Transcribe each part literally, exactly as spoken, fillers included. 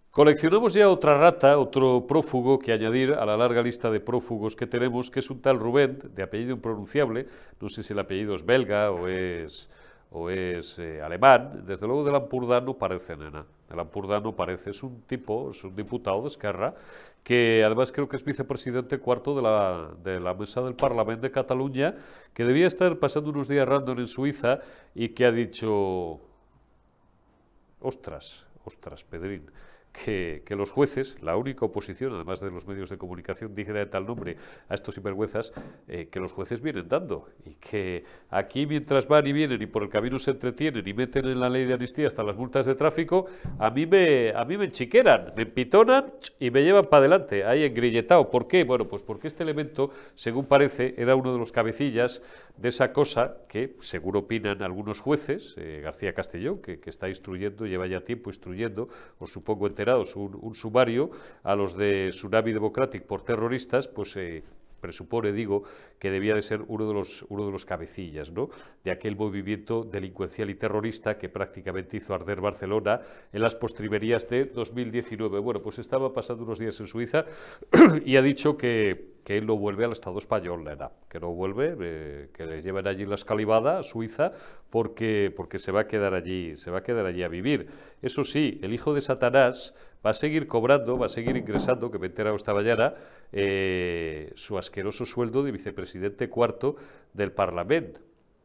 Coleccionamos ya otra rata, otro prófugo que añadir a la larga lista de prófugos que tenemos, que es un tal Rubén, de apellido impronunciable. No sé si el apellido es belga o es, o es eh, alemán. Desde luego del Ampurdá no parece, nena. Del Ampurdá no parece. Es un tipo, es un diputado de Esquerra, que además creo que es vicepresidente cuarto de la, de la mesa del Parlamento de Cataluña, que debía estar pasando unos días random en Suiza y que ha dicho: ostras, ostras, Pedrín, que, que, los jueces, la única oposición, además de los medios de comunicación, dijera de tal nombre a estos sinvergüenzas, eh, que los jueces vienen dando. Y que aquí, mientras van y vienen y por el camino se entretienen y meten en la ley de amnistía hasta las multas de tráfico, a mí me, a mí me enchiqueran, me empitonan y me llevan para adelante, ahí engrilletado. ¿Por qué? Bueno, pues porque este elemento, según parece, era uno de los cabecillas de esa cosa que, según opinan algunos jueces, eh, García Castellón, que, que está instruyendo, lleva ya tiempo instruyendo, os supongo enterados, un, un sumario a los de Tsunami Democratic por terroristas, pues eh, presupone, digo, que debía de ser uno de los, uno de los cabecillas, ¿no?, de aquel movimiento delincuencial y terrorista que prácticamente hizo arder Barcelona en las postrimerías de dos mil diecinueve. Bueno, pues estaba pasando unos días en Suiza y ha dicho que, que él no vuelve al Estado español, nena, que no vuelve, eh, que le lleven allí la escalivada a Suiza porque, porque se va a quedar allí, se va a quedar allí a vivir. Eso sí, el hijo de Satanás va a seguir cobrando, va a seguir ingresando, que me he enterado esta mañana, eh, su asqueroso sueldo de vicepresidente cuarto del Parlamento.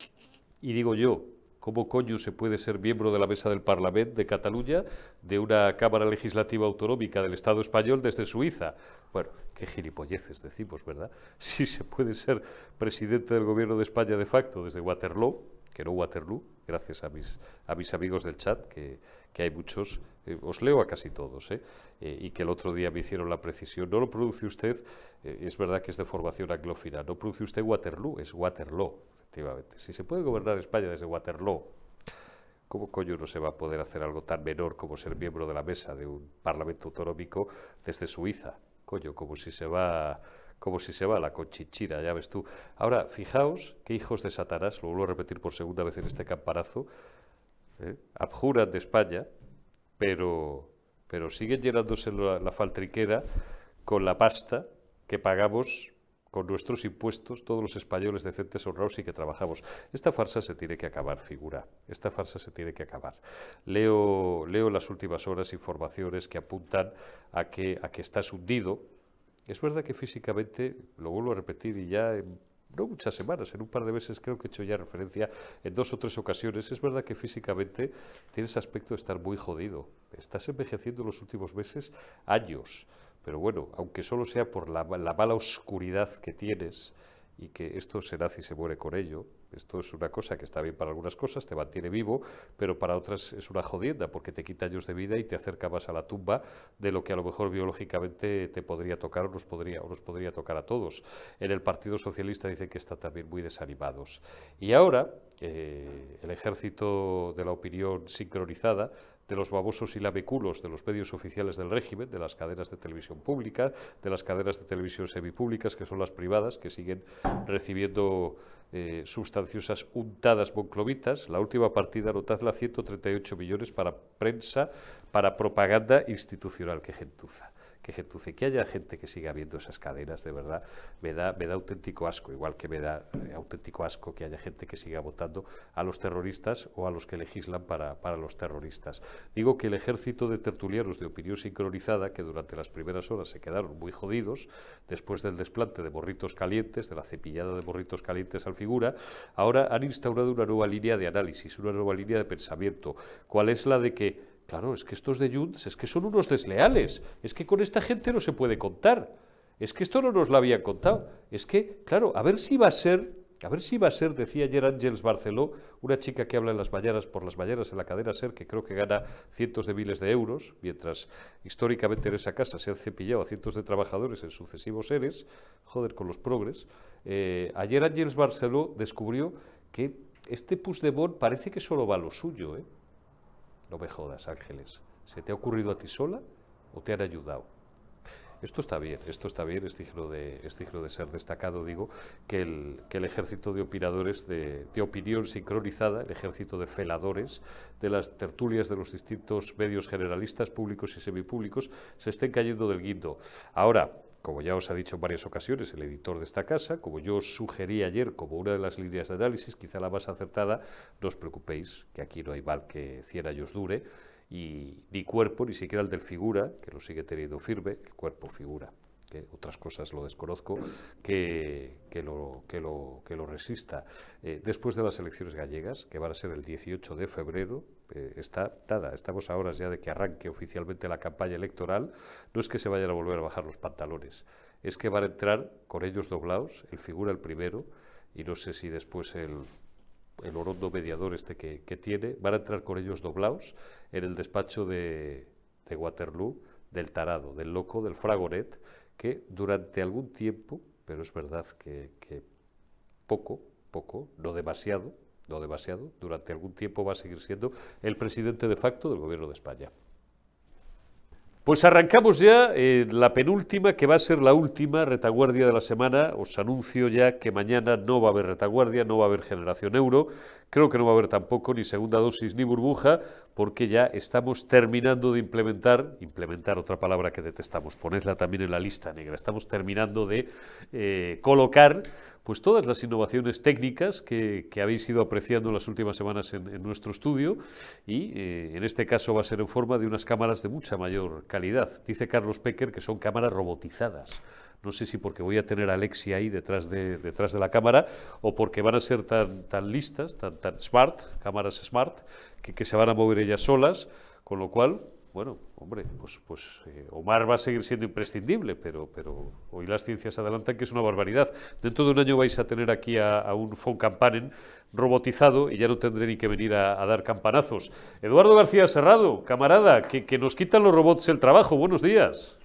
Y digo yo, ¿cómo coño se puede ser miembro de la mesa del Parlamento de Cataluña, de una Cámara Legislativa Autonómica del Estado español desde Suiza? Bueno, qué gilipolleces decimos, ¿verdad? Si se puede ser presidente del gobierno de España de facto desde Waterloo, que no Waterloo, gracias a mis, a mis amigos del chat, que, que hay muchos, eh, os leo a casi todos, ¿eh? Eh, y que el otro día me hicieron la precisión. No lo produce usted, eh, es verdad que es de formación anglófila, no produce usted Waterloo, es Waterloo, efectivamente. Si se puede gobernar España desde Waterloo, ¿cómo coño no se va a poder hacer algo tan menor como ser miembro de la mesa de un parlamento autonómico desde Suiza? Coño, como si se va... como si se va a la Conchinchina, ya ves tú. Ahora, fijaos qué hijos de Satanás, lo vuelvo a repetir por segunda vez en este campanazo, ¿eh? abjuran de España, pero, pero siguen llenándose la, la faltriquera con la pasta que pagamos con nuestros impuestos todos los españoles decentes, honrados y que trabajamos. Esta farsa se tiene que acabar, figura. Esta farsa se tiene que acabar. Leo, leo en las últimas horas informaciones que apuntan a que, a que estás hundido. Es verdad que físicamente, lo vuelvo a repetir y ya en no muchas semanas, en un par de meses creo que he hecho ya referencia en dos o tres ocasiones, es verdad que físicamente tienes aspecto de estar muy jodido. Estás envejeciendo en los últimos meses años, pero bueno, aunque solo sea por la, la mala oscuridad que tienes y que esto se nace y se muere con ello. Esto es una cosa que está bien para algunas cosas, te mantiene vivo, pero para otras es una jodienda porque te quita años de vida y te acerca más a la tumba de lo que a lo mejor biológicamente te podría tocar o nos podría, o nos podría tocar a todos. En el Partido Socialista dicen que están también muy desanimados. Y ahora eh, el ejército de la opinión sincronizada, de los babosos y lameculos de los medios oficiales del régimen, de las cadenas de televisión pública, de las cadenas de televisión semipúblicas, que son las privadas, que siguen recibiendo eh, sustanciosas untadas monclovitas. La última partida, notadla, ciento treinta y ocho millones para prensa, para propaganda institucional. ¡Qué gentuza! Que gentuce, que haya gente que siga viendo esas cadenas, de verdad, me da, me da auténtico asco, igual que me da eh, auténtico asco que haya gente que siga votando a los terroristas o a los que legislan para, para los terroristas. Digo que el ejército de tertulianos de opinión sincronizada, que durante las primeras horas se quedaron muy jodidos, después del desplante de morritos calientes, de la cepillada de morritos calientes al figura, ahora han instaurado una nueva línea de análisis, una nueva línea de pensamiento. ¿Cuál es la de que claro, es que estos de Junts, es que son unos desleales, es que con esta gente no se puede contar, es que esto no nos lo habían contado, es que, claro, a ver si va a ser, a ver si va a ser, decía ayer Ángeles Barceló, una chica que habla en las mañanas, por las mañanas en la cadena SER, que creo que gana cientos de miles de euros, mientras históricamente en esa casa se han cepillado a cientos de trabajadores en sucesivos seres, joder, con los progres. Eh, ayer Ángeles Barceló descubrió que este Puigdemont parece que solo va a lo suyo, ¿eh? No me jodas, Ángeles. ¿Se te ha ocurrido a ti sola o te han ayudado? Esto está bien, esto está bien, es digno de, es digno de ser destacado, digo, que el, que el ejército de opinadores de, de opinión sincronizada, el ejército de feladores de las tertulias de los distintos medios generalistas, públicos y semipúblicos, se estén cayendo del guindo. Ahora, como ya os ha dicho en varias ocasiones el editor de esta casa, como yo os sugerí ayer como una de las líneas de análisis, quizá la más acertada, no os preocupéis, que aquí no hay mal que cien años dure, y ni cuerpo, ni siquiera el del figura, que lo sigue teniendo firme, el cuerpo figura, que otras cosas lo desconozco, que, que, lo, que, lo, que lo resista. Eh, después de las elecciones gallegas, que van a ser el dieciocho de febrero, eh, está nada, estamos a horas ya de que arranque oficialmente la campaña electoral. No es que se vayan a volver a bajar los pantalones, es que van a entrar con ellos doblados, el figura el primero, y no sé si después el... el orondo mediador este que, que tiene, van a entrar con ellos doblados en el despacho de, de Waterloo, del tarado, del loco, del Fragonet, que durante algún tiempo, pero es verdad que, que poco, poco, no demasiado, no demasiado, durante algún tiempo va a seguir siendo el presidente de facto del Gobierno de España. Pues arrancamos ya eh, la penúltima, que va a ser la última retaguardia de la semana. Os anuncio ya que mañana no va a haber retaguardia, no va a haber Generación Euro. Creo que no va a haber tampoco ni segunda dosis ni burbuja, porque ya estamos terminando de implementar, implementar otra palabra que detestamos, ponedla también en la lista negra, estamos terminando de eh, colocar pues todas las innovaciones técnicas que, que habéis ido apreciando en las últimas semanas en, en nuestro estudio, y eh, en este caso va a ser en forma de unas cámaras de mucha mayor calidad. Dice Carlos Pecker que son cámaras robotizadas. No sé si porque voy a tener a Alexia ahí detrás de, detrás de la cámara, o porque van a ser tan, tan listas, tan, tan smart, cámaras smart, que, que se van a mover ellas solas, con lo cual, bueno, hombre, pues, pues eh, Omar va a seguir siendo imprescindible, pero, pero hoy las ciencias adelantan que es una barbaridad. Dentro de un año vais a tener aquí a, a un Von Campanen robotizado y ya no tendré ni que venir a, a dar campanazos. Eduardo García Serrado, camarada, que, que nos quitan los robots el trabajo. Buenos días.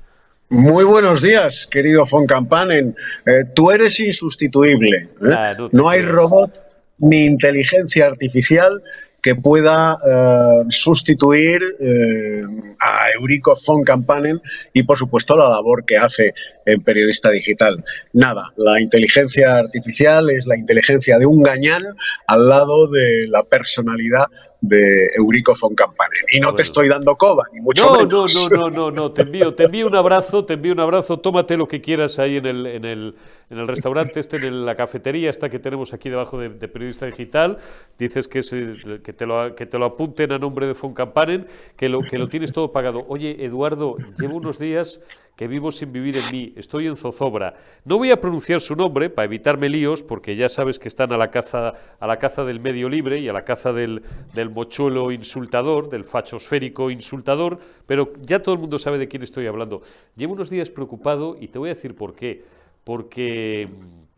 Muy buenos días, querido Von Campanen. Eh, tú eres insustituible. ¿eh? Nah, no, no hay creo. robot ni inteligencia artificial que pueda eh, sustituir eh, a Eurico Von Campanen y, por supuesto, la labor que hace en Periodista Digital. Nada, la inteligencia artificial es la inteligencia de un gañán al lado de la personalidad de Eurico Von Campanen. Y no bueno. te estoy dando coba, ni mucho no, menos. No, no, no, no, no, te envío, te envío un abrazo, te envío un abrazo, tómate lo que quieras ahí en el, en el, en el restaurante este, en la cafetería esta que tenemos aquí debajo de, de Periodista Digital. Dices que, es, que, te lo, que te lo apunten a nombre de Von Campanen, que lo, que lo tienes todo pagado. Oye, Eduardo, llevo unos días que vivo sin vivir en mí, estoy en zozobra. No voy a pronunciar su nombre para evitarme líos, porque ya sabes que están a la caza, a la caza del medio libre y a la caza del, del mochuelo insultador, del fachosférico insultador, pero ya todo el mundo sabe de quién estoy hablando. Llevo unos días preocupado y te voy a decir por qué. Porque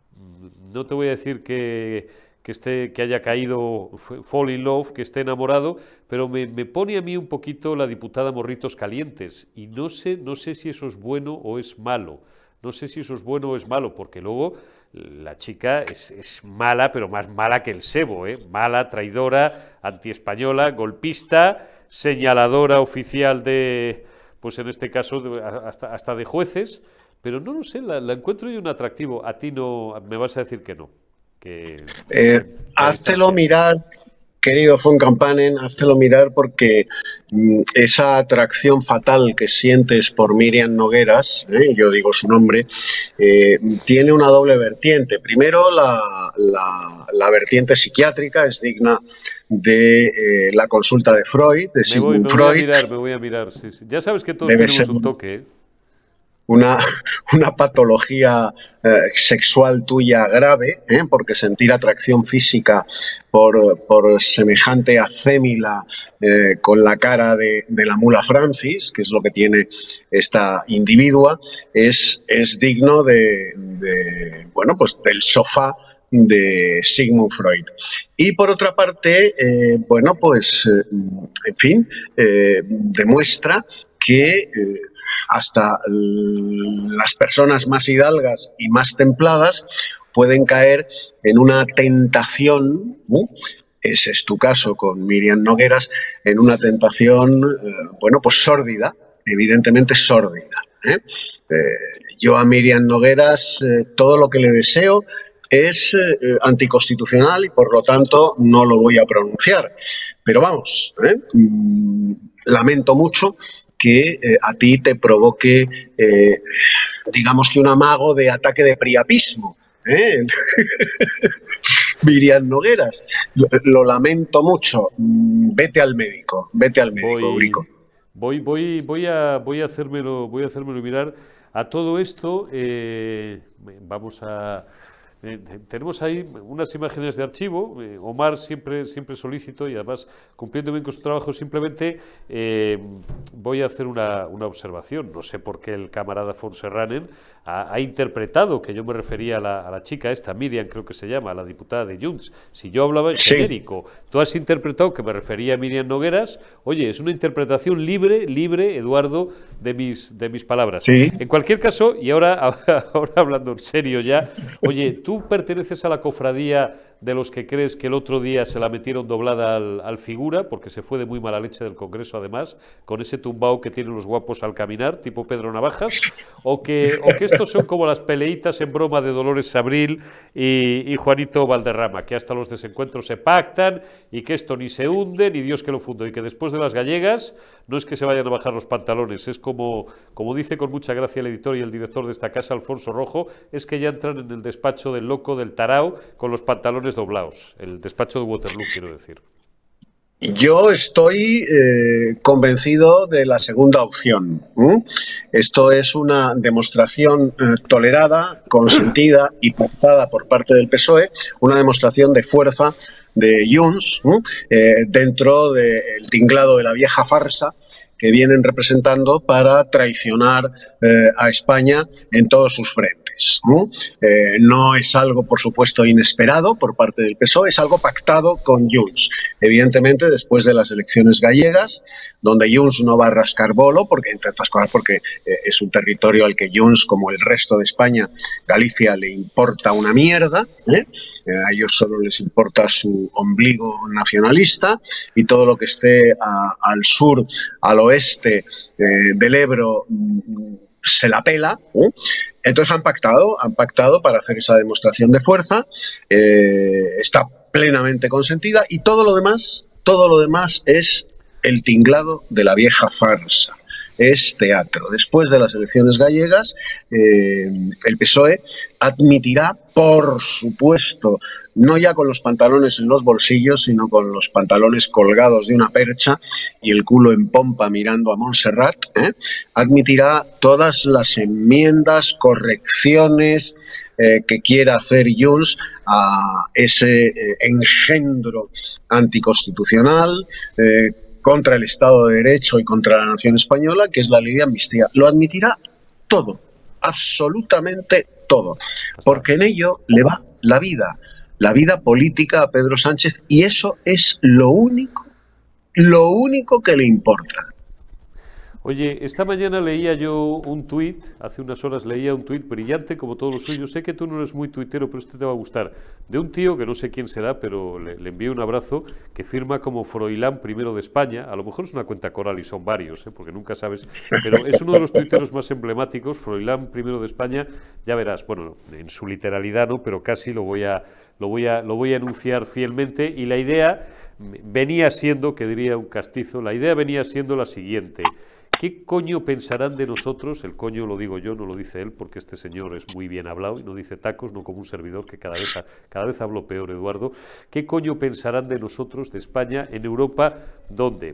no te voy a decir que... que esté, que haya caído, fall in love, que esté enamorado, pero me, me pone a mí un poquito la diputada Morritos Calientes, y no sé, no sé si eso es bueno o es malo, no sé si eso es bueno o es malo, porque luego la chica es, es mala, pero más mala que el sebo, ¿eh? Mala, traidora, antiespañola, golpista, señaladora oficial de, pues en este caso, de, hasta, hasta de jueces, pero no lo sé, la, la encuentro yo un atractivo. A ti no, me vas a decir que no. Que, eh, háztelo mirar, querido Von Campanen, háztelo mirar, porque mm, esa atracción fatal que sientes por Míriam Nogueras, ¿eh? yo digo su nombre, eh, tiene una doble vertiente. Primero, la, la, la vertiente psiquiátrica es digna de eh, la consulta de Freud, de Sigmund Freud. Me voy a mirar, Freud. me voy a mirar. Sí, sí. Ya sabes que todos Debe tenemos ser un toque, ¿eh? Una, una patología eh, sexual tuya grave, ¿eh? porque sentir atracción física por, por semejante acémila eh, con la cara de, de la mula Francis, que es lo que tiene esta individua, es, es digno de, de, bueno, pues del sofá de Sigmund Freud. Y por otra parte, eh, bueno, pues, eh, en fin, eh, demuestra que eh, hasta las personas más hidalgas y más templadas pueden caer en una tentación, ¿no? Ese es tu caso con Míriam Nogueras, en una tentación, eh, bueno, pues sórdida, evidentemente sórdida. ¿eh? Eh, yo a Míriam Nogueras eh, todo lo que le deseo es eh, anticonstitucional y por lo tanto no lo voy a pronunciar. Pero vamos, ¿eh? mm, lamento mucho que eh, a ti te provoque, eh, digamos que un amago de ataque de priapismo. ¿Eh? Míriam Nogueras, lo, lo lamento mucho. Vete al médico, vete al médico, Voy, Eurico. voy, voy, voy a, voy a hacérmelo, voy a hacérmelo mirar. A todo esto, eh, vamos a. Eh, tenemos ahí unas imágenes de archivo. eh, Omar siempre, siempre solícito y además cumpliendo bien con su trabajo. Simplemente eh, voy a hacer una, una observación. No sé por qué el camarada Fonserranen ha, ha interpretado que yo me refería a la, a la chica esta, Míriam creo que se llama, la diputada de Junts. Si yo hablaba en Sí. genérico, tú has interpretado que me refería a Míriam Nogueras. Oye, es una interpretación libre, libre, Eduardo, de mis, de mis palabras. Sí. En cualquier caso, y ahora, ahora hablando en serio ya, oye, tú perteneces a la cofradía de los que crees que el otro día se la metieron doblada al, al figura, porque se fue de muy mala leche del Congreso además, con ese tumbao que tienen los guapos al caminar, tipo Pedro Navajas, o que, o que estos son como las peleitas en broma de Dolores Sabril y, y Juanito Valderrama, que hasta los desencuentros se pactan y que esto ni se hunde, ni Dios que lo fundó, y que después de las gallegas no es que se vayan a bajar los pantalones, es como, como dice con mucha gracia el editor y el director de esta casa, Alfonso Rojo, es que ya entran en el despacho del loco del tarao con los pantalones doblados, el despacho de Waterloo, quiero decir. Yo estoy eh, convencido de la segunda opción. ¿eh? Esto es una demostración eh, tolerada, consentida y pactada por parte del P S O E, una demostración de fuerza de Junts ¿eh? Eh, dentro del tinglado de la vieja farsa que vienen representando para traicionar eh, a España en todos sus frentes. ¿no? Eh, no es algo, por supuesto, inesperado por parte del P S O E, es algo pactado con Junts. Evidentemente, después de las elecciones gallegas, donde Junts no va a rascar bolo, porque, entre otras cosas, porque eh, es un territorio al que Junts, como el resto de España, Galicia, le importa una mierda, ¿eh? A ellos solo les importa su ombligo nacionalista y todo lo que esté a, al sur, al oeste eh, del Ebro mm, se la pela. ¿eh? Entonces han pactado, han pactado para hacer esa demostración de fuerza, eh, está plenamente consentida y todo lo demás, todo lo demás es el tinglado de la vieja farsa. Es teatro. Después de las elecciones gallegas, eh, el P S O E admitirá, por supuesto, no ya con los pantalones en los bolsillos, sino con los pantalones colgados de una percha y el culo en pompa mirando a Montserrat, ¿eh? admitirá todas las enmiendas, correcciones eh, que quiera hacer Junts a ese eh, engendro anticonstitucional, eh, contra el Estado de Derecho y contra la nación española, que es la ley de amnistía. Lo admitirá todo, absolutamente todo, porque en ello le va la vida, la vida política a Pedro Sánchez, y eso es lo único, lo único que le importa. Oye, esta mañana leía yo un tuit, hace unas horas leía un tuit brillante como todos los suyos. Sé que tú no eres muy tuitero, pero este te va a gustar. De un tío que no sé quién será, pero le, le envío un abrazo, que firma como Froilán primero de España. A lo mejor es una cuenta coral y son varios, ¿eh? Porque nunca sabes. Pero es uno de los tuiteros más emblemáticos, Froilán primero de España. Ya verás, bueno, en su literalidad no, pero casi lo voy a, lo voy a, lo voy a enunciar fielmente. Y la idea venía siendo, que diría un castizo, la idea venía siendo la siguiente. ¿Qué coño pensarán de nosotros? El coño lo digo yo, no lo dice él, porque este señor es muy bien hablado y no dice tacos, no como un servidor que cada vez, cada vez hablo peor, Eduardo. ¿Qué coño pensarán de nosotros, de España, en Europa, donde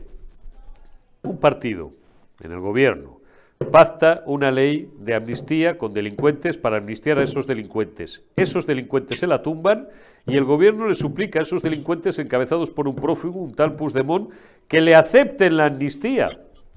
un partido en el gobierno pacta una ley de amnistía con delincuentes para amnistiar a esos delincuentes? Esos delincuentes se la tumban y el gobierno le suplica a esos delincuentes encabezados por un prófugo, un tal Puigdemont, que le acepten la amnistía.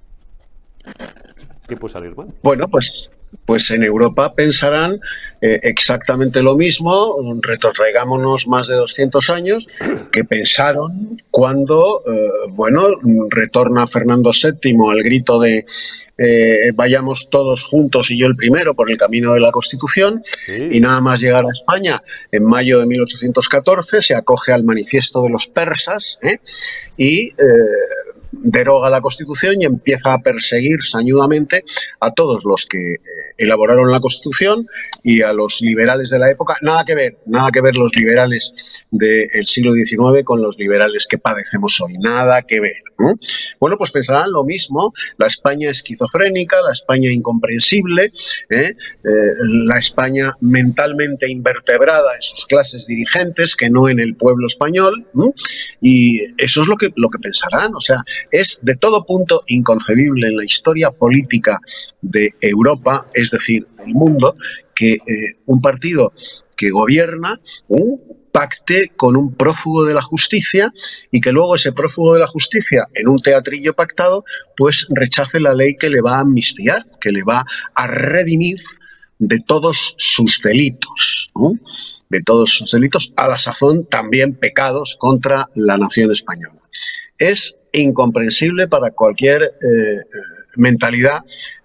¿Qué puede salir mal? Bueno, pues, pues en Europa pensarán eh, exactamente lo mismo, retrotraigámonos más de doscientos años, que pensaron cuando, eh, bueno, retorna Fernando séptimo al grito de eh, vayamos todos juntos y yo el primero por el camino de la Constitución, sí. Y nada más llegar a España en mayo de mil ochocientos catorce se acoge al manifiesto de los persas ¿eh? y... Eh, deroga la Constitución y empieza a perseguir sañudamente a todos los que eh, elaboraron la Constitución y a los liberales de la época. Nada que ver, nada que ver los liberales del siglo diecinueve con los liberales que padecemos hoy, nada que ver, ¿no? Bueno, pues pensarán lo mismo, la España esquizofrénica, la España incomprensible, ¿eh? Eh, la España mentalmente invertebrada en sus clases dirigentes, que no en el pueblo español, ¿no? Y eso es lo que, lo que pensarán. O sea, es de todo punto inconcebible en la historia política de Europa, es decir, del mundo, que eh, un partido que gobierna ¿eh? pacte con un prófugo de la justicia y que luego ese prófugo de la justicia, en un teatrillo pactado, pues rechace la ley que le va a amnistiar, que le va a redimir de todos sus delitos, ¿no? de todos sus delitos, a la sazón también pecados contra la nación española. Es incomprensible para cualquier eh, mentalidad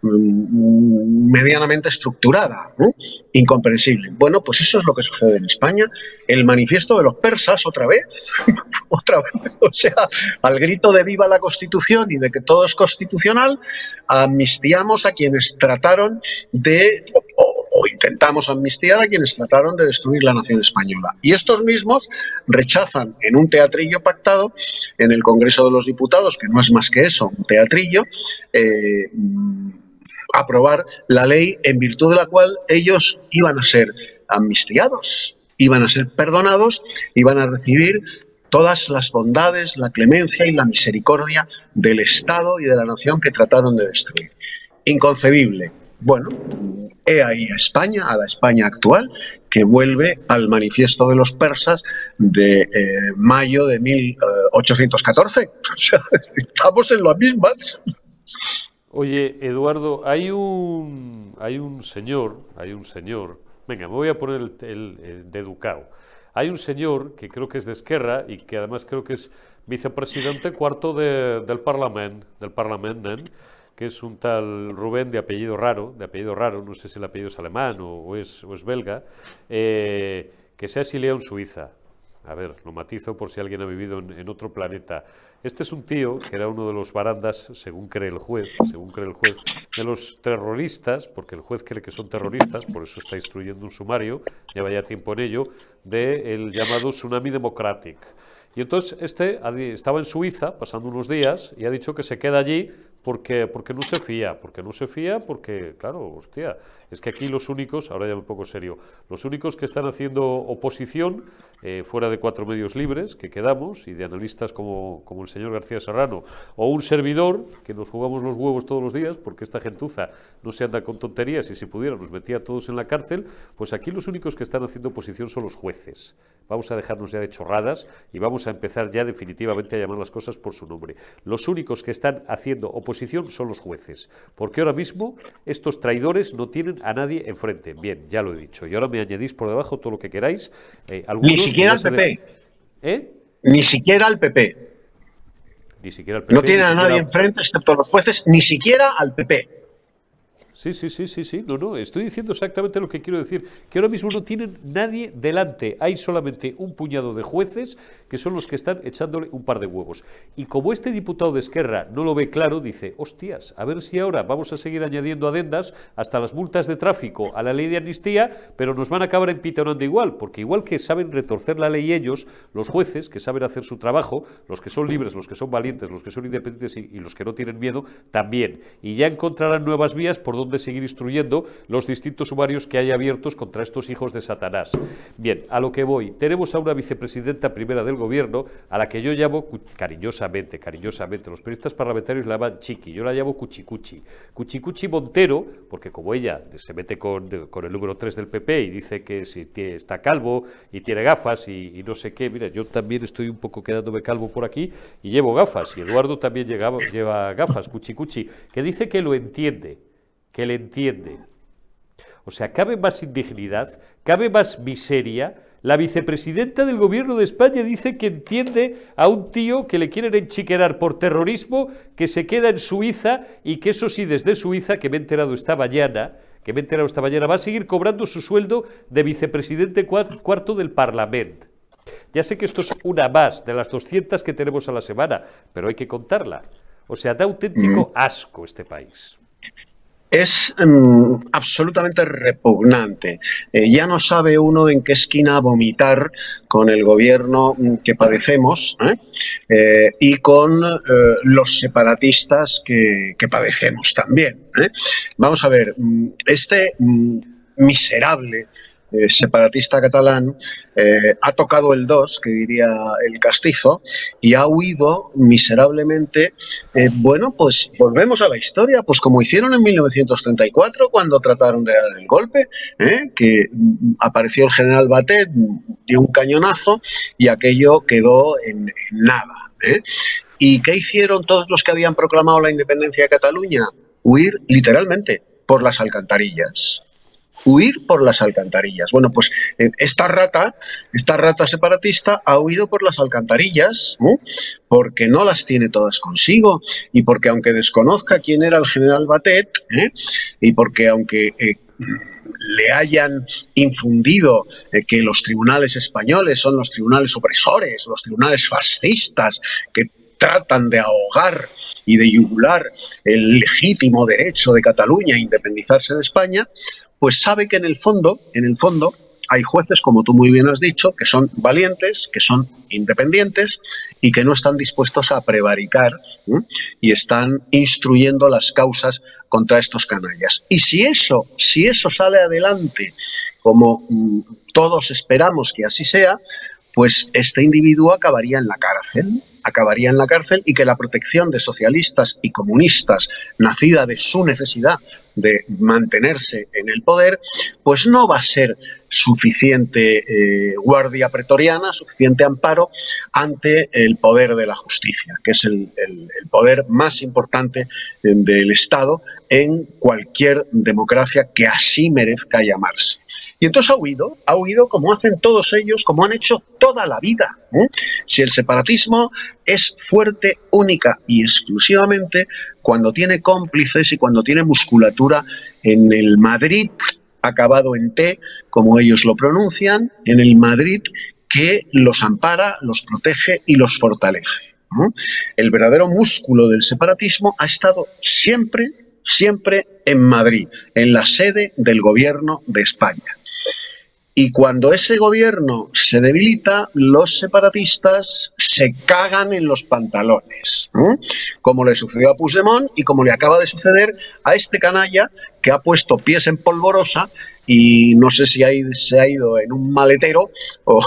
mmm, medianamente estructurada, ¿no? Incomprensible. Bueno, pues eso es lo que sucede en España. El manifiesto de los persas, otra vez, otra vez, o sea, al grito de viva la Constitución y de que todo es constitucional, amnistiamos a quienes trataron de, o, o intentamos amnistiar a quienes trataron de destruir la nación española. Y estos mismos rechazan en un teatrillo pactado en el Congreso de los Diputados, que no es más que eso, un teatrillo, eh, aprobar la ley en virtud de la cual ellos iban a ser amnistiados, iban a ser perdonados, iban a recibir todas las bondades, la clemencia y la misericordia del Estado y de la nación que trataron de destruir. Inconcebible. Bueno, he ahí a España, a la España actual, que vuelve al manifiesto de los persas de eh, mayo de mil ochocientos catorce. O sea, estamos en las mismas. Oye, Eduardo, hay un, hay un señor, hay un señor, venga, me voy a poner el, el, el de educado. Hay un señor que creo que es de Esquerra y que además creo que es vicepresidente cuarto de, del Parlamento, del Parlamento, ¿eh? que es un tal Rubén de apellido raro, de apellido raro, no sé si el apellido es alemán o, o, es, o es belga, eh, que se ha exiliado en Suiza. A ver, lo matizo por si alguien ha vivido en, en otro planeta. Este es un tío que era uno de los barandas, según cree el juez, según cree el juez, de los terroristas, porque el juez cree que son terroristas, por eso está instruyendo un sumario, lleva ya tiempo en ello, del llamado Tsunami Democratic. Y entonces este estaba en Suiza pasando unos días y ha dicho que se queda allí porque, porque no se fía, porque no se fía, porque, claro, hostia, es que aquí los únicos, ahora ya un poco serio, los únicos que están haciendo oposición, eh, fuera de Cuatro Medios Libres, que quedamos, y de analistas como, como el señor García Serrano, o un servidor, que nos jugamos los huevos todos los días, porque esta gentuza no se anda con tonterías y si pudiera nos metía a todos en la cárcel, pues aquí los únicos que están haciendo oposición son los jueces. Vamos a dejarnos ya de chorradas y vamos a empezar ya definitivamente a llamar las cosas por su nombre. Los únicos que están haciendo oposición son los jueces, porque ahora mismo estos traidores no tienen a nadie enfrente. Bien, ya lo he dicho. Y ahora me añadís por debajo todo lo que queráis. Eh, Ni siquiera al P P. De... ¿Eh? Ni siquiera al P P. Ni siquiera al P P. No tienen a siquiera... nadie enfrente excepto los jueces, ni siquiera al P P. Sí, sí, sí, sí, sí, no, no, estoy diciendo exactamente lo que quiero decir, que ahora mismo no tienen nadie delante, hay solamente un puñado de jueces que son los que están echándole un par de huevos. Y como este diputado de Esquerra no lo ve claro, dice, hostias, a ver si ahora vamos a seguir añadiendo adendas hasta las multas de tráfico a la ley de amnistía, pero nos van a acabar empitonando igual, porque igual que saben retorcer la ley ellos, los jueces que saben hacer su trabajo, los que son libres, los que son valientes, los que son independientes y, y los que no tienen miedo, también. Y ya encontrarán nuevas vías por donde de seguir instruyendo los distintos sumarios que hay abiertos contra estos hijos de Satanás. Bien, a lo que voy. Tenemos a una vicepresidenta primera del gobierno a la que yo llamo cariñosamente, cariñosamente, los periodistas parlamentarios la llaman Chiqui, yo la llamo Cuchicuchi. Cuchicuchi Montero, porque como ella se mete con, con el número tres del P P y dice que si tiene, está calvo y tiene gafas y, y no sé qué, mira, yo también estoy un poco quedándome calvo por aquí y llevo gafas, y Eduardo también llegaba, lleva gafas, Cuchicuchi, que dice que lo entiende, que le entiende. O sea, cabe más indignidad, cabe más miseria. La vicepresidenta del gobierno de España dice que entiende a un tío que le quieren enchiquerar por terrorismo, que se queda en Suiza y que eso sí, desde Suiza, que me he enterado esta mañana, que me he enterado esta mañana, va a seguir cobrando su sueldo de vicepresidente cuarto del Parlamento. Ya sé que esto es una más de las doscientas que tenemos a la semana, pero hay que contarla. O sea, da auténtico asco este país. Es um, absolutamente repugnante. Eh, ya no sabe uno en qué esquina vomitar con el gobierno que padecemos ¿eh? Eh, y con eh, los separatistas que, que padecemos también. ¿eh? Vamos a ver, este um, miserable Eh, separatista catalán eh, ha tocado el dos, que diría el castizo, y ha huido miserablemente. Eh, bueno, pues volvemos a la historia, pues como hicieron en mil novecientos treinta y cuatro cuando trataron de dar el golpe, ¿eh? que apareció el general Batet, dio un cañonazo y aquello quedó en, en nada. ¿eh? ¿Y qué hicieron todos los que habían proclamado la independencia de Cataluña? Huir literalmente por las alcantarillas. Huir por las alcantarillas. Bueno, pues esta rata, esta rata separatista ha huido por las alcantarillas ¿eh? porque no las tiene todas consigo y porque aunque desconozca quién era el general Batet ¿eh? y porque aunque eh, le hayan infundido eh, que los tribunales españoles son los tribunales opresores, los tribunales fascistas que tratan de ahogar y de yugular el legítimo derecho de Cataluña a independizarse de España, pues sabe que en el fondo, en el fondo, hay jueces, como tú muy bien has dicho, que son valientes, que son independientes y que no están dispuestos a prevaricar ¿eh? y están instruyendo las causas contra estos canallas. Y si eso, si eso sale adelante, como mmm, todos esperamos que así sea, pues este individuo acabaría en la cárcel, acabaría en la cárcel y que la protección de socialistas y comunistas, nacida de su necesidad de mantenerse en el poder, pues no va a ser suficiente eh, guardia pretoriana, suficiente amparo ante el poder de la justicia, que es el, el, el poder más importante del Estado en cualquier democracia que así merezca llamarse. Y entonces ha huido, ha huido como hacen todos ellos, como han hecho toda la vida. ¿eh? Si el separatismo es fuerte única y exclusivamente cuando tiene cómplices y cuando tiene musculatura en el Madrid acabado en T, como ellos lo pronuncian, en el Madrid que los ampara, los protege y los fortalece. ¿eh? El verdadero músculo del separatismo ha estado siempre, siempre en Madrid, en la sede del gobierno de España. Y cuando ese gobierno se debilita, los separatistas se cagan en los pantalones, ¿eh? como le sucedió a Puigdemont y como le acaba de suceder a este canalla que ha puesto pies en polvorosa y no sé si ha ido, se ha ido en un maletero o,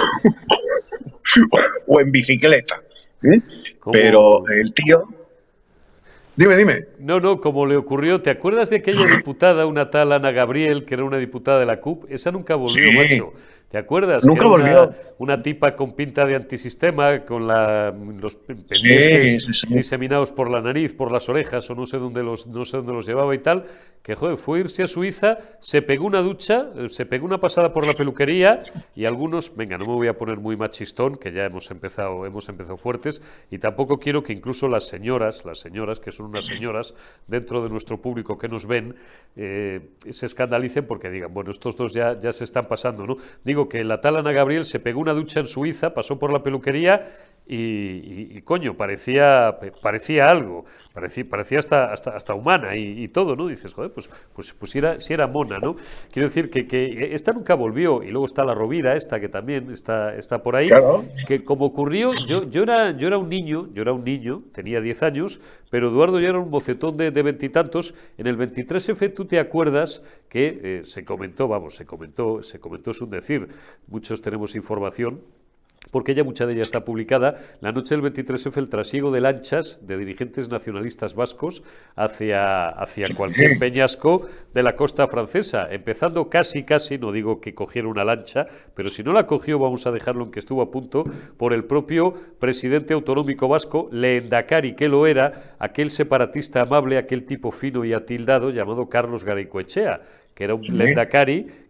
o en bicicleta. ¿eh? Pero el tío... Dime, dime. No, no, como le ocurrió, ¿te acuerdas de aquella diputada, una tal Ana Gabriel, que era una diputada de la C U P? Esa nunca volvió, sí. macho. ¿Te acuerdas? Nunca que volvió. Una, una tipa con pinta de antisistema, con la, los pendientes sí, sí, sí. diseminados por la nariz, por las orejas, o no sé dónde los, no sé dónde los llevaba y tal, que joder, fue a irse a Suiza, se pegó una ducha, se pegó una pasada por la peluquería y algunos, venga, no me voy a poner muy machistón, que ya hemos empezado, hemos empezado fuertes, y tampoco quiero que incluso las señoras, las señoras, que son unas señoras dentro de nuestro público que nos ven, eh, se escandalicen porque digan, bueno, estos dos ya, ya se están pasando, ¿no? Digo que la tal Ana Gabriel se pegó una ducha en Suiza, pasó por la peluquería y, y, y coño, parecía, parecía algo, parecía, parecía hasta, hasta, hasta humana y, y todo, ¿no? Dices, joder, pues, pues, pues si, era, si era mona, ¿no? Quiero decir que, que esta nunca volvió y luego está la Rovira, esta que también está, está por ahí, claro. que como ocurrió, yo, yo, era, yo era un niño, yo era un niño, tenía diez años, pero Eduardo ya era un mocetón de veintitantos. En el veintitrés efe, ¿tú te acuerdas que eh, se comentó, vamos, se comentó, se comentó, es un decir, muchos tenemos información, porque ya mucha de ella está publicada, la noche del veintitrés efe, el trasiego de lanchas de dirigentes nacionalistas vascos hacia, hacia cualquier peñasco de la costa francesa, empezando casi, casi, no digo que cogiera una lancha, pero si no la cogió, vamos a dejarlo en que estuvo a punto, por el propio presidente autonómico vasco, lehendakari, que lo era, aquel separatista amable, aquel tipo fino y atildado llamado Carlos Garaikoetxea, que era un lehendakari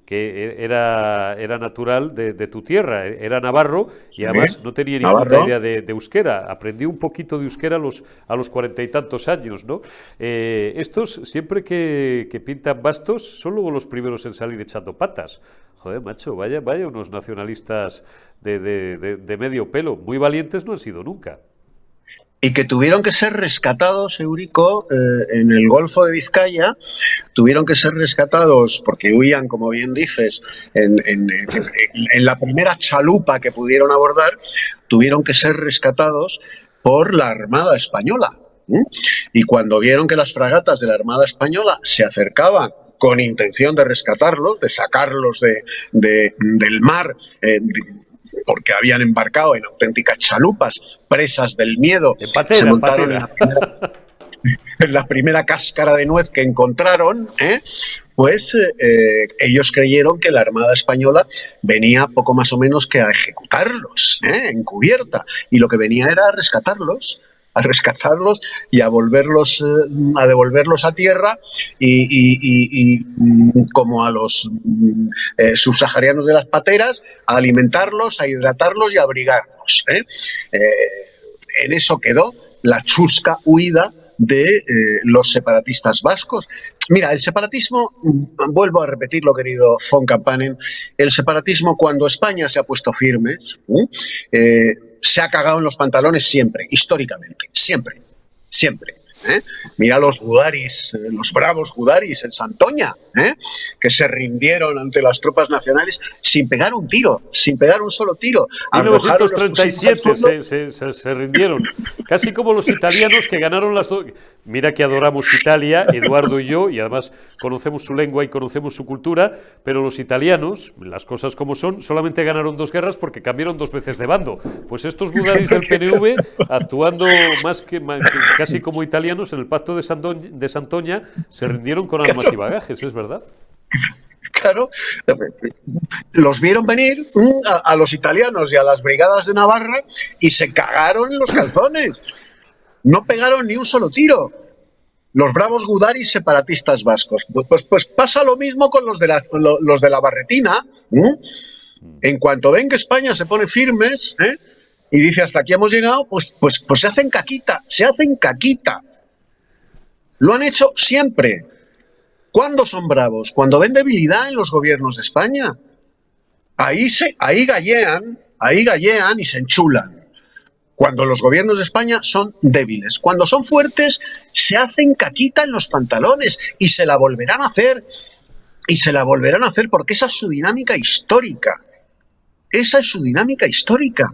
que era, era natural de, de tu tierra, era navarro y además ¿Eh? no tenía ni Navarro. puta idea de, de euskera. Aprendí un poquito de euskera a los, a los cuarenta y tantos años, ¿no? Eh, estos, siempre que, que pintan bastos, son luego los primeros en salir echando patas. Joder, macho, vaya, vaya unos nacionalistas de, de, de, de medio pelo. Muy valientes no han sido nunca. Y que tuvieron que ser rescatados, Eurico, eh, en el Golfo de Vizcaya, tuvieron que ser rescatados porque huían, como bien dices, en, en, en, en la primera chalupa que pudieron abordar, tuvieron que ser rescatados por la Armada Española. ¿Mm? Y cuando vieron que las fragatas de la Armada Española se acercaban con intención de rescatarlos, de sacarlos de, de, del mar, eh, de, porque habían embarcado en auténticas chalupas, presas del miedo, en patera, se montaron en, en, la primera, en la primera cáscara de nuez que encontraron, ¿eh? pues eh, ellos creyeron que la Armada Española venía poco más o menos que a ejecutarlos, ¿eh? encubierta, y lo que venía era a rescatarlos, a rescatarlos y a volverlos, a devolverlos a tierra y, y, y, y como a los eh, subsaharianos de las pateras, a alimentarlos, a hidratarlos y a abrigarlos. ¿eh? Eh, en eso quedó la chusca huida de eh, los separatistas vascos. Mira, el separatismo, vuelvo a repetirlo, querido von Campanen, el separatismo cuando España se ha puesto firme, eh, se ha cagado en los pantalones siempre, históricamente, siempre, siempre. ¿eh? Mira los gudaris, eh, los bravos gudaris en Santoña, ¿eh? que se rindieron ante las tropas nacionales sin pegar un tiro, sin pegar un solo tiro. En mil novecientos treinta y siete se, se, se, se rindieron, casi como los italianos que ganaron las dos. Mira que adoramos Italia, Eduardo y yo, y además conocemos su lengua y conocemos su cultura, pero los italianos, las cosas como son, solamente ganaron dos guerras porque cambiaron dos veces de bando. Pues estos gudaris del P N V, actuando más que, más que casi como italianos en el pacto de, Sandoña, de Santoña, se rindieron con armas y bagajes, ¿es verdad? Claro, los vieron venir a, a los italianos y a las brigadas de Navarra y se cagaron en los calzones. No pegaron ni un solo tiro. Los bravos gudaris separatistas vascos. Pues, pues, pues pasa lo mismo con los de la, los de la Barretina. ¿eh? En cuanto ven que España se pone firmes ¿eh? y dice hasta aquí hemos llegado, pues, pues, pues se hacen caquita, se hacen caquita. Lo han hecho siempre. ¿Cuándo son bravos? Cuando ven debilidad en los gobiernos de España. Ahí, se, ahí gallean, ahí gallean y se enchulan. Cuando los gobiernos de España son débiles. Cuando son fuertes, se hacen caquita en los pantalones y se la volverán a hacer. Y se la volverán a hacer porque esa es su dinámica histórica. Esa es su dinámica histórica.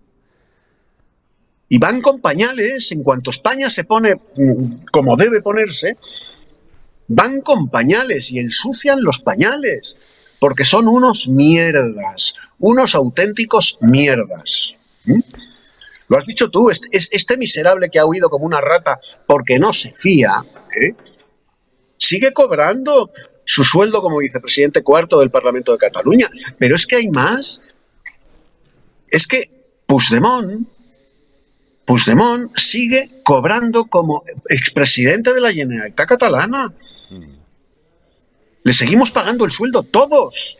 Y van con pañales, en cuanto España se pone como debe ponerse, van con pañales y ensucian los pañales. Porque son unos mierdas, unos auténticos mierdas. ¿Mm? Lo has dicho tú, este, este miserable que ha huido como una rata porque no se fía, ¿eh? sigue cobrando su sueldo como vicepresidente cuarto del Parlamento de Cataluña. Pero es que hay más. Es que Puigdemont, Puigdemont sigue cobrando como expresidente de la Generalitat catalana. Le seguimos pagando el sueldo todos.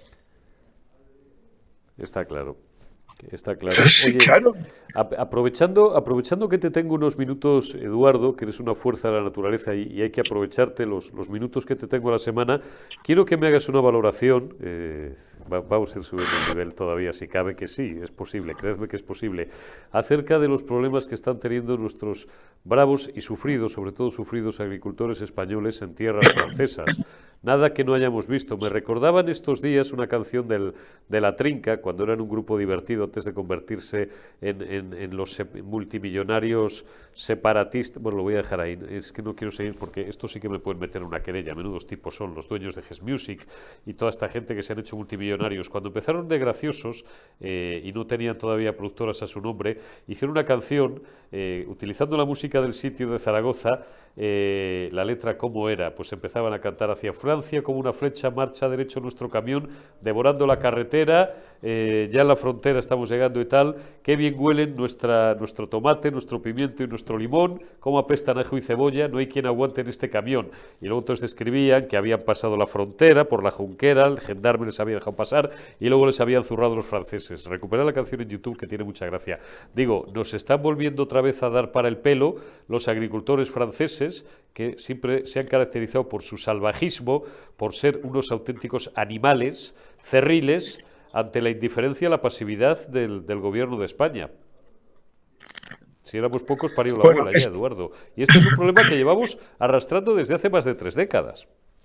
Está claro. Está claro. Sí, Oye, claro. Aprovechando, aprovechando que te tengo unos minutos, Eduardo, que eres una fuerza de la naturaleza y, y hay que aprovecharte los, los minutos que te tengo a la semana, quiero que me hagas una valoración, eh, va, vamos a ir subiendo el nivel todavía si cabe, que sí, es posible, creedme que es posible, acerca de los problemas que están teniendo nuestros bravos y sufridos, sobre todo sufridos agricultores españoles en tierras francesas. Nada que no hayamos visto. Me recordaban estos días una canción del, de La Trinca, cuando eran un grupo divertido antes de convertirse en, en, en los multimillonarios separatistas. Bueno, lo voy a dejar ahí. Es que no quiero seguir porque esto sí que me pueden meter en una querella. Menudos tipos son los dueños de Hess Music y toda esta gente que se han hecho multimillonarios. Cuando empezaron de graciosos eh, y no tenían todavía productoras a su nombre, hicieron una canción eh, utilizando la música del sitio de Zaragoza, eh, la letra cómo era, pues empezaban a cantar hacia Francia, como una flecha marcha derecho nuestro camión, devorando la carretera, eh, ya en la frontera estamos llegando y tal, qué bien huelen nuestra, nuestro tomate, nuestro pimiento y nuestro limón, cómo apestan ajo y cebolla, no hay quien aguante en este camión. Y luego entonces describían que habían pasado la frontera por la Junquera, el gendarme les había dejado pasar y luego les habían zurrado los franceses. Recuperad la canción en YouTube, que tiene mucha gracia. Digo, nos están volviendo otra vez a dar para el pelo los agricultores franceses, que siempre se han caracterizado por su salvajismo, por ser unos auténticos animales cerriles ante la indiferencia y la pasividad del, del gobierno de España. Si éramos pocos, parió la bueno, abuela es... ya, Eduardo. Y este es un problema que llevamos arrastrando desde hace más de tres décadas.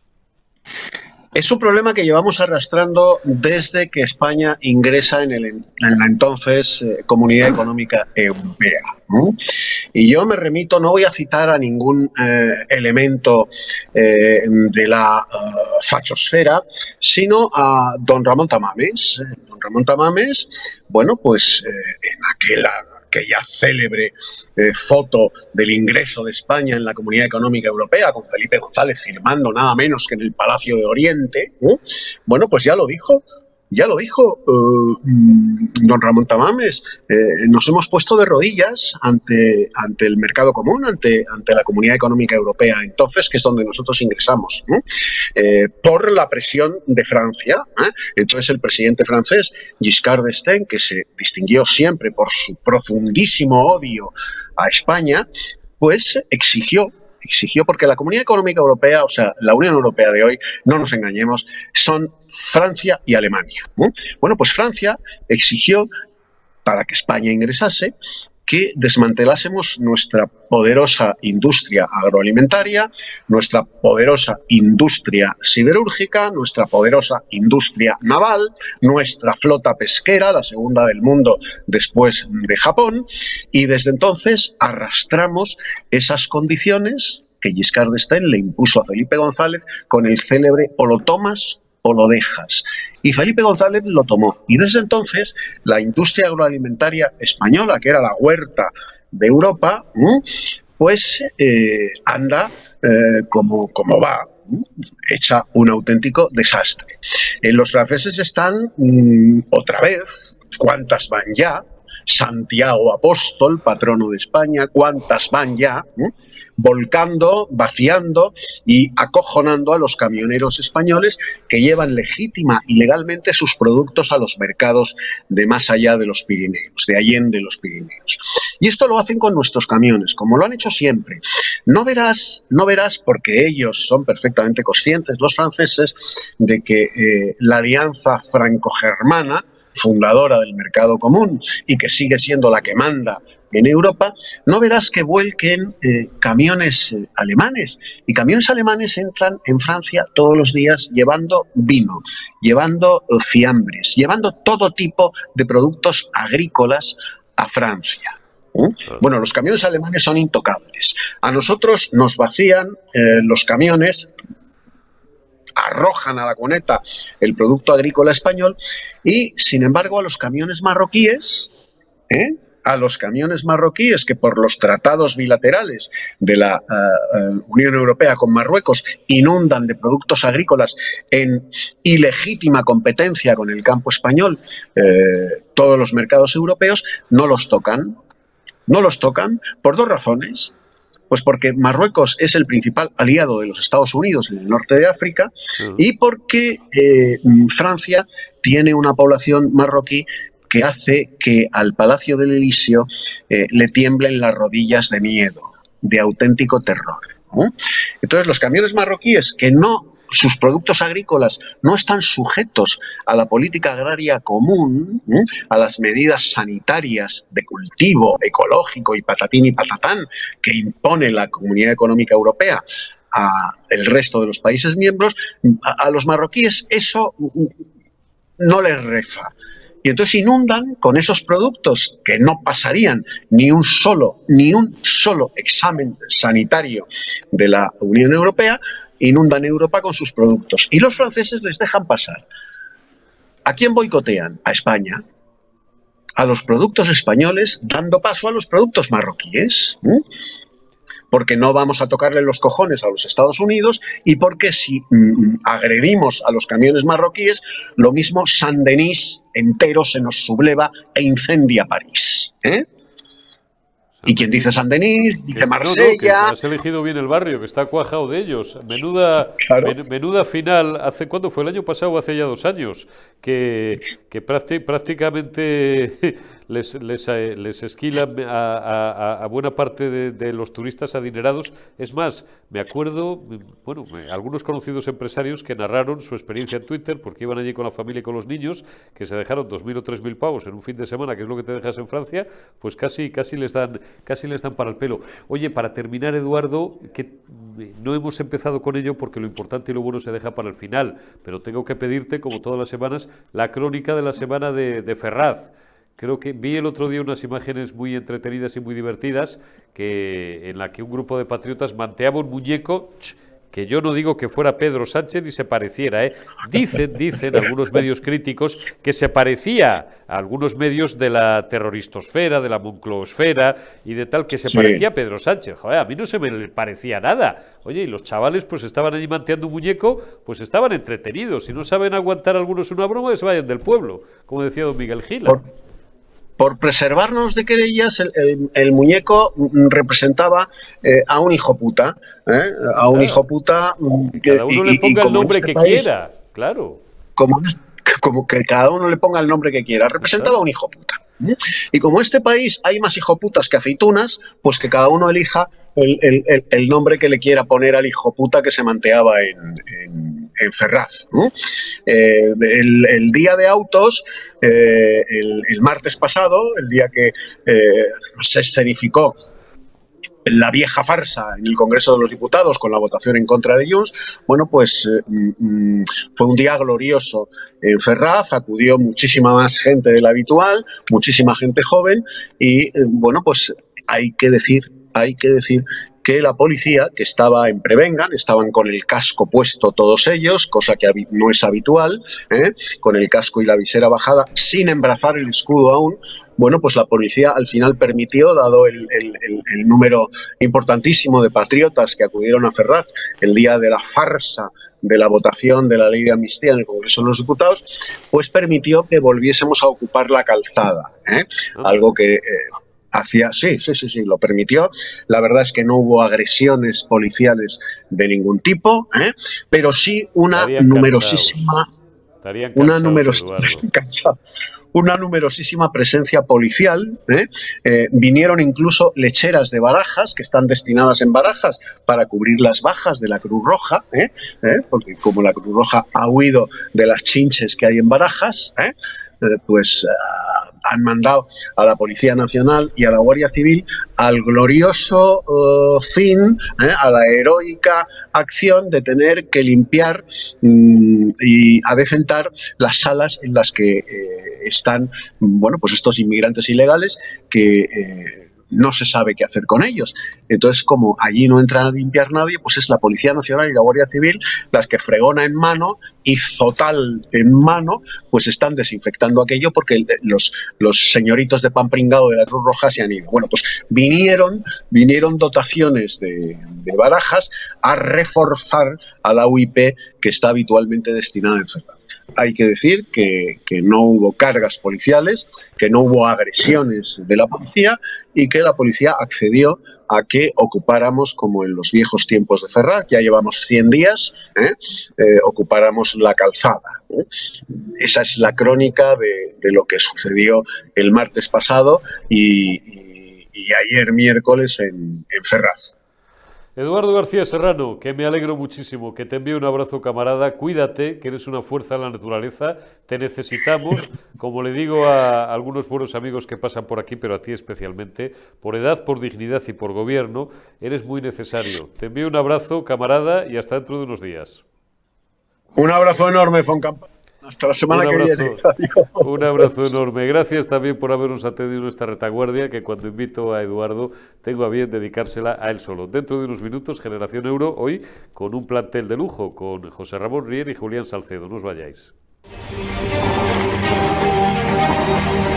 Es un problema que llevamos arrastrando desde que España ingresa en, el, en la entonces eh, Comunidad Económica Europea. ¿no? Y yo me remito, no voy a citar a ningún eh, elemento eh, de la uh, fachosfera, sino a don Ramón Tamames. Don Ramón Tamames, bueno, pues eh, en aquella... aquella célebre eh, foto del ingreso de España en la Comunidad Económica Europea, con Felipe González firmando nada menos que en el Palacio de Oriente, ¿eh? Bueno, pues ya lo dijo, ya lo dijo uh, don Ramón Tamames, eh, nos hemos puesto de rodillas ante, ante el mercado común, ante, ante la Comunidad Económica Europea, entonces, que es donde nosotros ingresamos, ¿eh? Eh, por la presión de Francia. ¿eh? Entonces el presidente francés, Giscard d'Estaing, que se distinguió siempre por su profundísimo odio a España, pues exigió exigió, porque la Comunidad Económica Europea, o sea, la Unión Europea de hoy, no nos engañemos, son Francia y Alemania. ¿eh? Bueno, pues Francia exigió, para que España ingresase, que desmantelásemos nuestra poderosa industria agroalimentaria, nuestra poderosa industria siderúrgica, nuestra poderosa industria naval, nuestra flota pesquera, la segunda del mundo después de Japón, y desde entonces arrastramos esas condiciones que Giscard d'Estaing le impuso a Felipe González con el célebre o lo tomas o lo dejas. Y Felipe González lo tomó. Y desde entonces la industria agroalimentaria española, que era la huerta de Europa, pues eh, anda eh, como, como va, hecha un auténtico desastre. Eh, los franceses están mmm, otra vez, ¿cuántas van ya? Santiago Apóstol, patrono de España, ¿cuántas van ya? ¿Eh? Volcando, vaciando y acojonando a los camioneros españoles que llevan legítima y legalmente sus productos a los mercados de más allá de los Pirineos, de allende los Pirineos. Y esto lo hacen con nuestros camiones, como lo han hecho siempre. No verás, no verás, porque ellos son perfectamente conscientes, los franceses, de que eh, la alianza franco-germana, fundadora del mercado común y que sigue siendo la que manda en Europa, no verás que vuelquen eh, camiones eh, alemanes. Y camiones alemanes entran en Francia todos los días llevando vino, llevando eh, fiambres, llevando todo tipo de productos agrícolas a Francia. ¿Eh? Bueno, los camiones alemanes son intocables. A nosotros nos vacían eh, los camiones, arrojan a la cuneta el producto agrícola español y, sin embargo, a los camiones marroquíes, ¿eh? a los camiones marroquíes que por los tratados bilaterales de la uh, uh, Unión Europea con Marruecos inundan de productos agrícolas en ilegítima competencia con el campo español, eh, todos los mercados europeos, no los tocan. No los tocan por dos razones. Pues porque Marruecos es el principal aliado de los Estados Unidos en el norte de África uh-huh. y porque eh, Francia tiene una población marroquí que hace que al Palacio del Elíseo eh, le tiemblen las rodillas de miedo, de auténtico terror, ¿no? Entonces los camiones marroquíes que no, sus productos agrícolas no están sujetos a la política agraria común, ¿eh? a las medidas sanitarias de cultivo ecológico y patatín y patatán que impone la Comunidad Económica Europea al resto de los países miembros, a, a los marroquíes eso no les refa. Y entonces inundan con esos productos que no pasarían ni un solo, ni un solo examen sanitario de la Unión Europea, inundan Europa con sus productos. Y los franceses les dejan pasar. ¿A quién boicotean? A España. A los productos españoles, dando paso a los productos marroquíes. ¿eh? porque no vamos a tocarle los cojones a los Estados Unidos y porque si mm, agredimos a los camiones marroquíes, lo mismo Saint-Denis entero se nos subleva e incendia París, ¿eh? Y quien dice Saint-Denis, dice Marsella. No, no, has elegido bien el barrio, que está cuajado de ellos. Menuda, claro. men, menuda final. ¿Hace cuándo fue? ¿El año pasado o hace ya dos años? Que, que prácticamente les, les, les esquilan a, a, a buena parte de, de los turistas adinerados. Es más, me acuerdo, bueno, algunos conocidos empresarios que narraron su experiencia en Twitter, porque iban allí con la familia y con los niños, que se dejaron dos mil o tres mil pavos en un fin de semana, que es lo que te dejas en Francia, pues casi, casi les dan... Casi les dan para el pelo. Oye, para terminar, Eduardo, que no hemos empezado con ello porque lo importante y lo bueno se deja para el final, pero tengo que pedirte, como todas las semanas, la crónica de la semana de, de Ferraz. Creo que vi el otro día unas imágenes muy entretenidas y muy divertidas que, en la que un grupo de patriotas manteaba un muñeco... que yo no digo que fuera Pedro Sánchez ni se pareciera, ¿eh? Dicen, dicen algunos medios críticos que se parecía a algunos medios de la terroristosfera, de la moncloosfera y de tal, que se sí. parecía a Pedro Sánchez. Joder, a mí no se me parecía nada. Oye, y los chavales pues estaban allí manteando un muñeco, pues estaban entretenidos. Si no saben aguantar algunos una broma, que se vayan del pueblo, como decía don Miguel Gila. Por, por preservarnos de querellas, el, el, el muñeco representaba eh, a un hijo puta, ¿eh? a un claro. hijo puta... Que cada uno y, le ponga el nombre este que país, quiera, claro. Como, como que cada uno le ponga el nombre que quiera, representaba claro. a un hijo puta. Y como en este país hay más hijoputas que aceitunas, pues que cada uno elija el, el, el, el nombre que le quiera poner al hijoputa que se manteaba en, en, en Ferraz, ¿no? Eh, el, el día de autos, eh, el, el martes pasado, el día que eh, se escenificó la vieja farsa en el Congreso de los Diputados con la votación en contra de Junts, bueno, pues eh, mm, fue un día glorioso en Ferraz, acudió muchísima más gente de la habitual, muchísima gente joven y, eh, bueno, pues hay que decir, hay que decir que la policía, que estaba en Prevengan, estaban con el casco puesto todos ellos, cosa que no es habitual, ¿eh? con el casco y la visera bajada, sin embrazar el escudo aún. Bueno, pues la policía al final permitió, dado el, el, el, el número importantísimo de patriotas que acudieron a Ferraz el día de la farsa de la votación de la ley de amnistía en el Congreso de los Diputados, pues permitió que volviésemos a ocupar la calzada, ¿eh? Algo que... Eh, Hacía, sí, sí, sí, sí, lo permitió. La verdad es que no hubo agresiones policiales de ningún tipo, ¿eh? Pero sí una Estarían numerosísima, cansados. una numerosísima, una numerosísima presencia policial, ¿eh? Eh, vinieron incluso lecheras de Barajas, que están destinadas en Barajas para cubrir las bajas de la Cruz Roja, ¿eh? ¿Eh? Porque como la Cruz Roja ha huido de las chinches que hay en Barajas, ¿eh? Eh, pues uh, han mandado a la Policía Nacional y a la Guardia Civil al glorioso uh, fin, ¿eh? a la heroica acción de tener que limpiar mm, y adecentar las salas en las que eh, están, bueno, pues estos inmigrantes ilegales que eh, no se sabe qué hacer con ellos. Entonces, como allí no entran a limpiar nadie, pues es la Policía Nacional y la Guardia Civil las que, fregona en mano y zotal en mano, pues están desinfectando aquello porque los, los señoritos de pan pringado de la Cruz Roja se han ido. Bueno, pues vinieron, vinieron dotaciones de, de Barajas a reforzar a la U I P que está habitualmente destinada a enfermar. Hay que decir que, que no hubo cargas policiales, que no hubo agresiones de la policía y que la policía accedió a que ocupáramos, como en los viejos tiempos de Ferraz, ya llevamos cien días, ¿eh? Eh, ocupáramos la calzada, ¿eh? Esa es la crónica de, de lo que sucedió el martes pasado y, y, y ayer miércoles en, en Ferraz. Eduardo García Serrano, que me alegro muchísimo, que te envío un abrazo, camarada, cuídate, que eres una fuerza de la naturaleza, te necesitamos, como le digo a algunos buenos amigos que pasan por aquí, pero a ti especialmente, por edad, por dignidad y por gobierno, eres muy necesario. Te envío un abrazo, camarada, y hasta dentro de unos días. Un abrazo enorme, Foncampa. Hasta la semana que viene. Un abrazo enorme. Gracias también por habernos atendido en esta retaguardia, que cuando invito a Eduardo tengo a bien dedicársela a él solo. Dentro de unos minutos, Generación Euro, hoy con un plantel de lujo, con José Ramón Rier y Julián Salcedo. No os vayáis.